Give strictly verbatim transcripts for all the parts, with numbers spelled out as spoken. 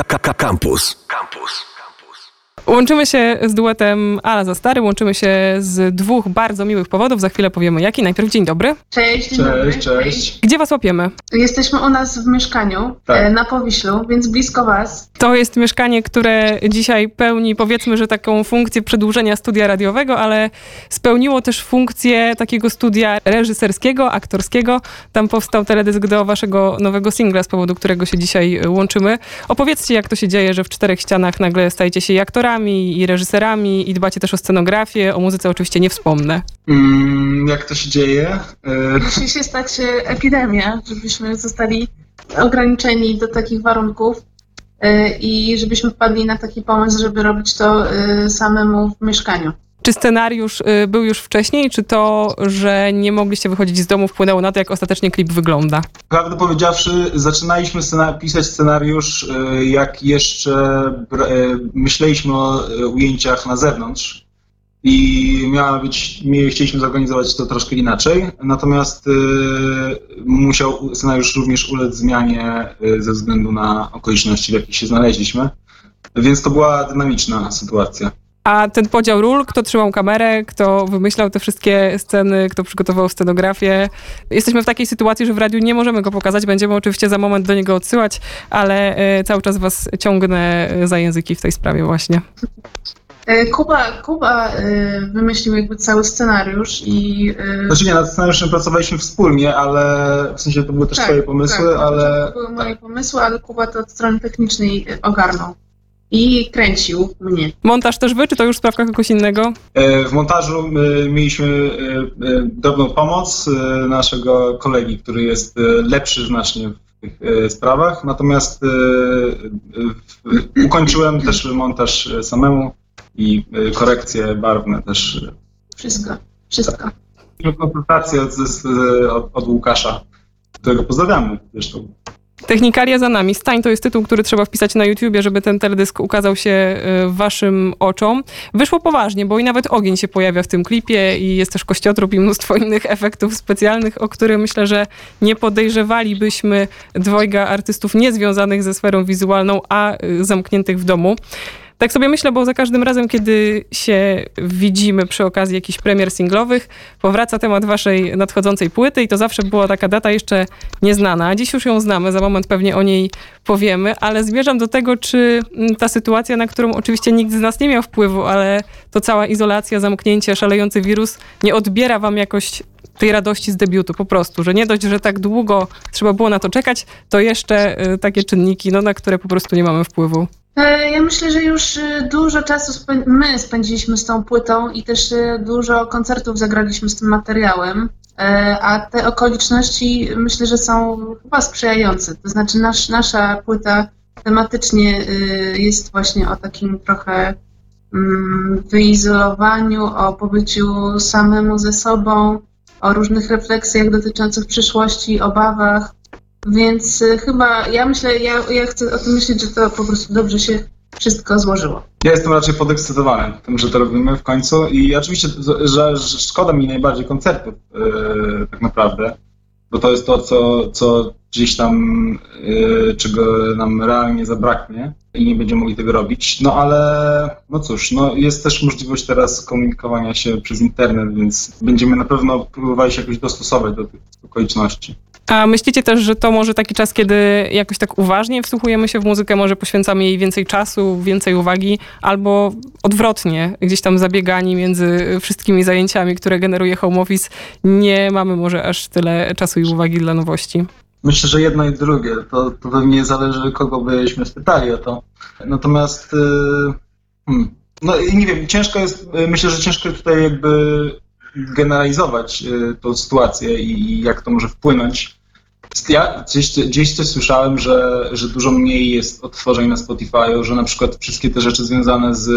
Campus. Campus. Łączymy się z duetem Ala za stary, łączymy się z dwóch bardzo miłych powodów, za chwilę powiemy jaki. Najpierw dzień dobry. Cześć, dzień cześć, dobry. Cześć. Gdzie was łapiemy? Jesteśmy u nas w mieszkaniu Tak. na Powiślu, więc blisko was. To jest mieszkanie, które dzisiaj pełni, powiedzmy, że taką funkcję przedłużenia studia radiowego, ale spełniło też funkcję takiego studia reżyserskiego, aktorskiego. Tam powstał teledysk do waszego nowego singla, z powodu którego się dzisiaj łączymy. Opowiedzcie, jak to się dzieje, że w czterech ścianach nagle stajecie się i aktorami, i reżyserami, i dbacie też o scenografię. O muzyce oczywiście nie wspomnę. Mm, jak to się dzieje? E... Musi się stać epidemia, żebyśmy zostali ograniczeni do takich warunków yy, i żebyśmy wpadli na taki pomysł, żeby robić to yy, samemu w mieszkaniu. Czy scenariusz y, był już wcześniej, czy to, że nie mogliście wychodzić z domu, wpłynęło na to, jak ostatecznie klip wygląda? Prawdę powiedziawszy, zaczynaliśmy scena- pisać scenariusz, e, jak jeszcze br- e, myśleliśmy o e, ujęciach na zewnątrz i miała być, my chcieliśmy zorganizować to troszkę inaczej, natomiast e, musiał scenariusz również ulec zmianie e, ze względu na okoliczności, w jakich się znaleźliśmy, więc to była dynamiczna sytuacja. A ten podział ról, kto trzymał kamerę, kto wymyślał te wszystkie sceny, kto przygotował scenografię. Jesteśmy w takiej sytuacji, że w radiu nie możemy go pokazać, będziemy oczywiście za moment do niego odsyłać, ale y, cały czas was ciągnę za języki w tej sprawie właśnie. Kuba, Kuba yy, wymyślił jakby cały scenariusz i... Yy... Znaczy nie, nad scenariuszem pracowaliśmy wspólnie, ale w sensie to były też tak, twoje pomysły, tak, ale... To były moje pomysły, ale Kuba to od strony technicznej ogarnął i kręcił mnie. Montaż też wy, czy to już sprawka kogoś innego? W montażu mieliśmy drobną pomoc naszego kolegi, który jest lepszy znacznie w tych sprawach, natomiast ukończyłem też montaż samemu i korekcje barwne też. Wszystko, wszystko. Konsultacje od, od, od Łukasza, którego pozdrawiamy zresztą. Technikalia za nami. Stań to jest tytuł, który trzeba wpisać na YouTubie, żeby ten teledysk ukazał się waszym oczom. Wyszło poważnie, bo i nawet ogień się pojawia w tym klipie i jest też kościotrup i mnóstwo innych efektów specjalnych, o które myślę, że nie podejrzewalibyśmy dwojga artystów niezwiązanych ze sferą wizualną, a zamkniętych w domu. Tak sobie myślę, bo za każdym razem, kiedy się widzimy przy okazji jakichś premier singlowych, powraca temat waszej nadchodzącej płyty i to zawsze była taka data jeszcze nieznana. Dziś już ją znamy, za moment pewnie o niej powiemy, ale zmierzam do tego, czy ta sytuacja, na którą oczywiście nikt z nas nie miał wpływu, ale to cała izolacja, zamknięcie, szalejący wirus nie odbiera wam jakoś tej radości z debiutu po prostu, że nie dość, że tak długo trzeba było na to czekać, to jeszcze takie czynniki, no, na które po prostu nie mamy wpływu. Ja myślę, że już dużo czasu spę- my spędziliśmy z tą płytą i też dużo koncertów zagraliśmy z tym materiałem, a te okoliczności myślę, że są chyba sprzyjające. To znaczy nasz, nasza płyta tematycznie jest właśnie o takim trochę wyizolowaniu, o pobyciu samemu ze sobą, o różnych refleksjach dotyczących przyszłości, obawach. Więc chyba, ja myślę, ja, ja chcę o tym myśleć, że to po prostu dobrze się wszystko złożyło. Ja jestem raczej podekscytowany tym, że to robimy w końcu i oczywiście, że, że szkoda mi najbardziej koncertów yy, tak naprawdę, bo to jest to, co, co gdzieś tam, yy, czego nam realnie zabraknie i nie będziemy mogli tego robić, no ale no cóż, no jest też możliwość teraz komunikowania się przez internet, więc będziemy na pewno próbowali się jakoś dostosować do tych okoliczności. A myślicie też, że to może taki czas, kiedy jakoś tak uważnie wsłuchujemy się w muzykę, może poświęcamy jej więcej czasu, więcej uwagi, albo odwrotnie, gdzieś tam zabiegani między wszystkimi zajęciami, które generuje home office, nie mamy może aż tyle czasu i uwagi dla nowości? Myślę, że jedno i drugie. To, to pewnie zależy, kogo byśmy spytali o to. Natomiast yy, hmm, no i nie wiem, ciężko jest, myślę, że ciężko jest tutaj jakby generalizować yy, tą sytuację i, i jak to może wpłynąć. Ja gdzieś, gdzieś coś słyszałem, że, że dużo mniej jest odtworzeń na Spotify'u, że na przykład wszystkie te rzeczy związane z,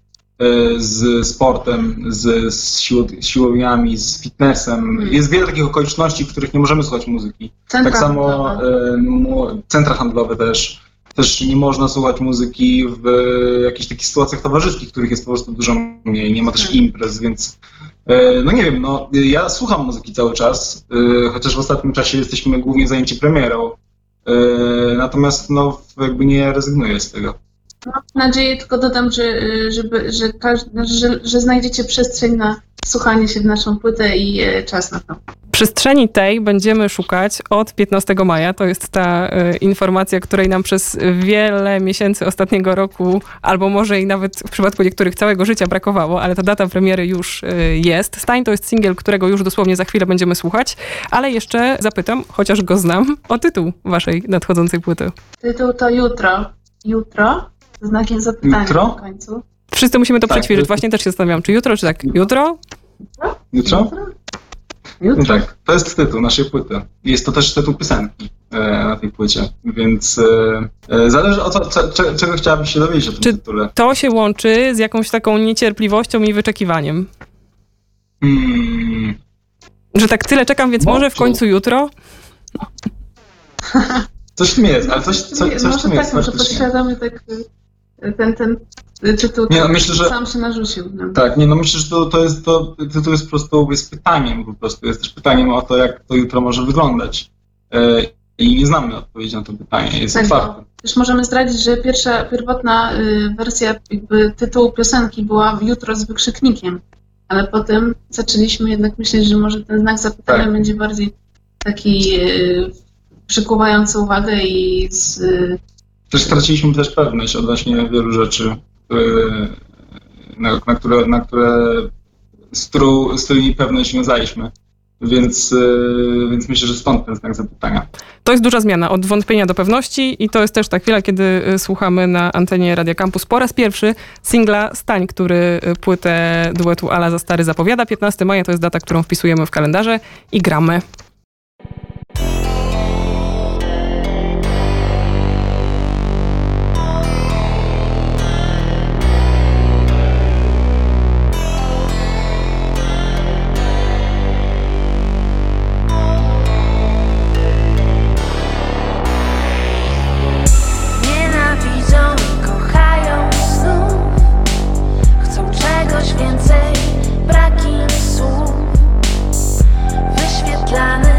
z sportem, z, z siłowniami, z fitnessem. Jest wiele takich okoliczności, w których nie możemy słuchać muzyki. Centra tak samo handlowe. Centra handlowe też. Też nie można słuchać muzyki w jakichś takich sytuacjach towarzyskich, których jest po prostu dużo mniej. Nie ma też imprez, więc no nie wiem, no ja słucham muzyki cały czas, chociaż w ostatnim czasie jesteśmy głównie zajęci premierą Natomiast no, jakby nie rezygnuję z tego. Mam nadzieję, tylko dodam, że, żeby, że, każdy, że, że znajdziecie przestrzeń na słuchanie się w naszą płytę i czas na to. Przestrzeni tej będziemy szukać od piętnastego maja. To jest ta y, informacja, której nam przez wiele miesięcy ostatniego roku, albo może i nawet w przypadku niektórych całego życia brakowało, ale ta data premiery już y, jest. Stań to jest singiel, którego już dosłownie za chwilę będziemy słuchać, ale jeszcze zapytam, chociaż go znam, o tytuł waszej nadchodzącej płyty. Tytuł to Jutro. Jutro? Z znakiem zapytania Jutro? na końcu. Wszyscy musimy to Tak, przećwiczyć. to- Właśnie też się zastanawiam, czy jutro, czy tak? Jutro? Jutro? Jutro? Tak, to jest tytuł naszej płyty. Jest to też tytuł piosenki e, na tej płycie, więc e, e, zależy o co, co, cze- czego chciałabyś się dowiedzieć o tym Czy- tytule. To się łączy z jakąś taką niecierpliwością i wyczekiwaniem. Hmm, Że tak tyle czekam, więc może w Moczu. końcu jutro? coś w tym jest, ale coś, coś, coś w może tym tak, jest może faktycznie. podświadomie tak y, ten, ten tytuł Nie, no, myślę, że- sam się narzucił. No. Tak, nie, no myślę, że to, to jest to, tytuł jest po prostu jest pytaniem, po prostu jest też pytaniem o to, jak to jutro może wyglądać. E, I nie znamy odpowiedzi na to pytanie, jest Tak, otwarte. Już możemy zdradzić, że pierwsza, pierwotna y, wersja jakby tytułu piosenki była w Jutro z wykrzyknikiem, ale potem zaczęliśmy jednak myśleć, że może ten znak zapytania Tak. będzie bardziej taki y, przykuwający uwagę i z, y, Też straciliśmy też pewność odnośnie wielu rzeczy, które, na, na które, na które z, którą, z którymi pewność wiązaliśmy. Więc, e, więc myślę, że stąd ten znak zapytania. To jest duża zmiana, od wątpienia do pewności i to jest też ta chwila, kiedy y, słuchamy na antenie Radia Campus po raz pierwszy singla Stań, który y, płytę duetu Ala za stary zapowiada. piętnastego maja to jest data, którą wpisujemy w kalendarze i gramy. Nienawidzą i kochają znów. Chcą czegoś więcej, brak im słów. Wyświetlane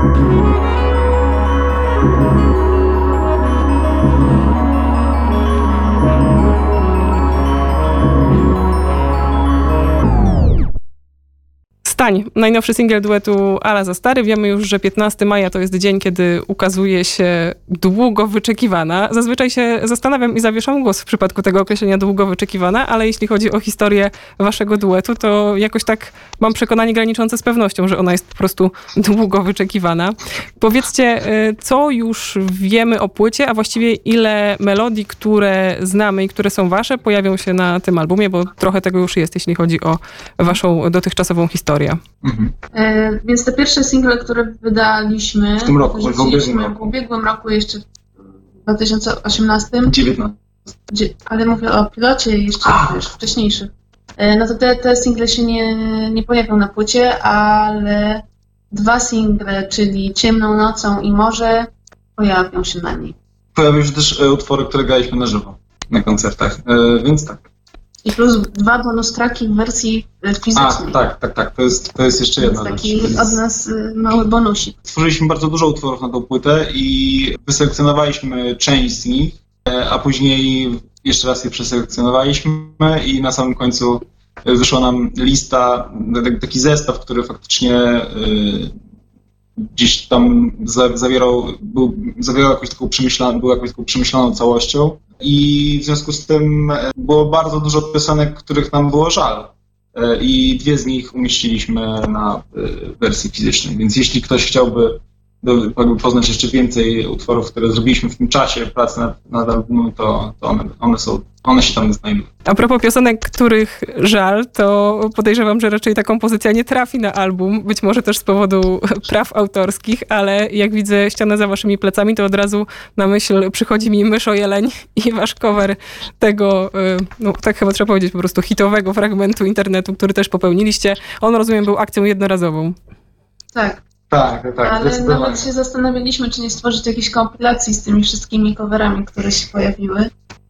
Stań, najnowszy singiel duetu Ala za stary. Wiemy już, że piętnastego maja to jest dzień, kiedy ukazuje się długo wyczekiwana. Zazwyczaj się zastanawiam i zawieszam głos w przypadku tego określenia długo wyczekiwana, ale jeśli chodzi o historię waszego duetu, to jakoś tak mam przekonanie graniczące z pewnością, że ona jest po prostu długo wyczekiwana. Powiedzcie, co już wiemy o płycie, a właściwie ile melodii, które znamy i które są wasze, pojawią się na tym albumie, bo trochę tego już jest, jeśli chodzi o waszą dotychczasową historię. Mhm. E, więc te pierwsze single, które wydaliśmy W tym roku, w ubiegłym w roku. ubiegłym roku jeszcze w dwa tysiące osiemnastym, dziewiętnastym. gdzie, ale mówię o pilocie jeszcze wiesz, wcześniejszych. E, no to te, te single się nie, nie pojawią na płycie, ale dwa single, czyli Ciemną nocą i Morze, pojawią się na niej. Pojawią się też e, utwory, które graliśmy na żywo na koncertach, e, więc tak. I plus dwa bonus tracki w wersji e, fizycznej. A, tak, tak, tak, to jest, to jest jeszcze jedna Więc rzecz. taki Więc od nas e, mały bonusik. Stworzyliśmy bardzo dużo utworów na tą płytę i wyselekcjonowaliśmy część z nich, e, a później jeszcze raz je przeselekcjonowaliśmy i na samym końcu wyszła nam lista, taki zestaw, który faktycznie y, gdzieś tam za, zawierał, był, zawierał jakąś taką przemyślaną, był jakąś taką przemyślaną całością i w związku z tym było bardzo dużo piosenek, których nam było żal. Y, I dwie z nich umieściliśmy na y, wersji fizycznej, więc jeśli ktoś chciałby jakby poznać jeszcze więcej utworów, które zrobiliśmy w tym czasie pracy nad, nad albumem, to, to one, one, są, one się tam znajdują. A propos piosenek, których żal, to podejrzewam, że raczej ta kompozycja nie trafi na album, być może też z powodu praw autorskich, ale jak widzę ścianę za waszymi plecami, to od razu na myśl przychodzi mi Myszo Jeleń i wasz cover tego, no tak chyba trzeba powiedzieć, po prostu hitowego fragmentu internetu, który też popełniliście. On, rozumiem, był akcją jednorazową. Tak. Tak, tak, Ale nawet się zastanawialiśmy, czy nie stworzyć jakiejś kompilacji z tymi wszystkimi coverami, które się pojawiły.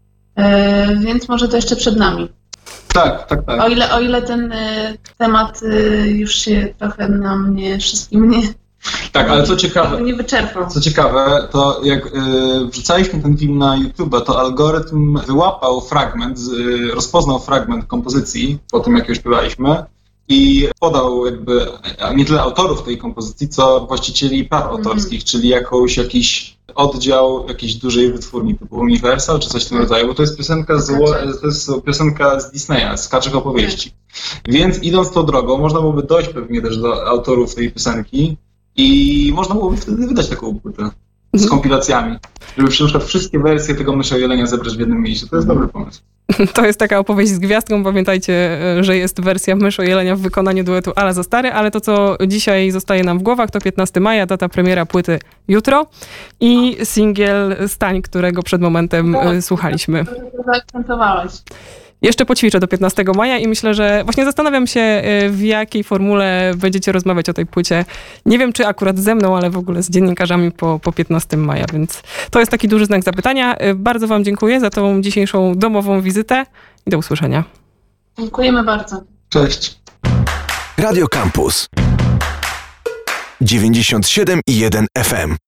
E, więc może to jeszcze przed nami. Tak, tak, tak. O ile, o ile ten e, temat e, już się trochę na mnie, wszystkim nie, Tak, ale co ciekawe, nie wyczerpał. co ciekawe, to jak y, wrzucaliśmy ten film na YouTube, to algorytm wyłapał fragment, y, rozpoznał fragment kompozycji po tym, jak już śpiewaliśmy i podał jakby nie tyle autorów tej kompozycji, co właścicieli praw autorskich, mm. czyli jakąś, jakiś oddział jakiejś dużej wytwórni typu Universal czy coś w tym rodzaju, bo to jest piosenka z, to jest piosenka z Disneya, z Kaczych opowieści. Więc idąc tą drogą, można byłoby dojść pewnie też do autorów tej piosenki i można byłoby wtedy wydać taką płytę z kompilacjami, żeby na przykład wszystkie wersje tego Mysza Jelenia zebrać w jednym miejscu. To jest dobry pomysł. To jest taka opowieść z gwiazdką. Pamiętajcie, że jest wersja Myszo Jelenia w wykonaniu duetu Ala za stary, ale to, co dzisiaj zostaje nam w głowach, to piętnastego maja, data premiera płyty jutro i singiel Stań, którego przed momentem tak, słuchaliśmy. Zaakcentowałeś. Jeszcze poćwiczę do piętnastego maja i myślę, że właśnie zastanawiam się, w jakiej formule będziecie rozmawiać o tej płycie. Nie wiem, czy akurat ze mną, ale w ogóle z dziennikarzami po, po piętnastego maja, więc to jest taki duży znak zapytania. Bardzo wam dziękuję za tą dzisiejszą domową wizytę i do usłyszenia. Dziękujemy bardzo. Cześć. Radio Campus dziewięćdziesiąt siedem i jeden F M.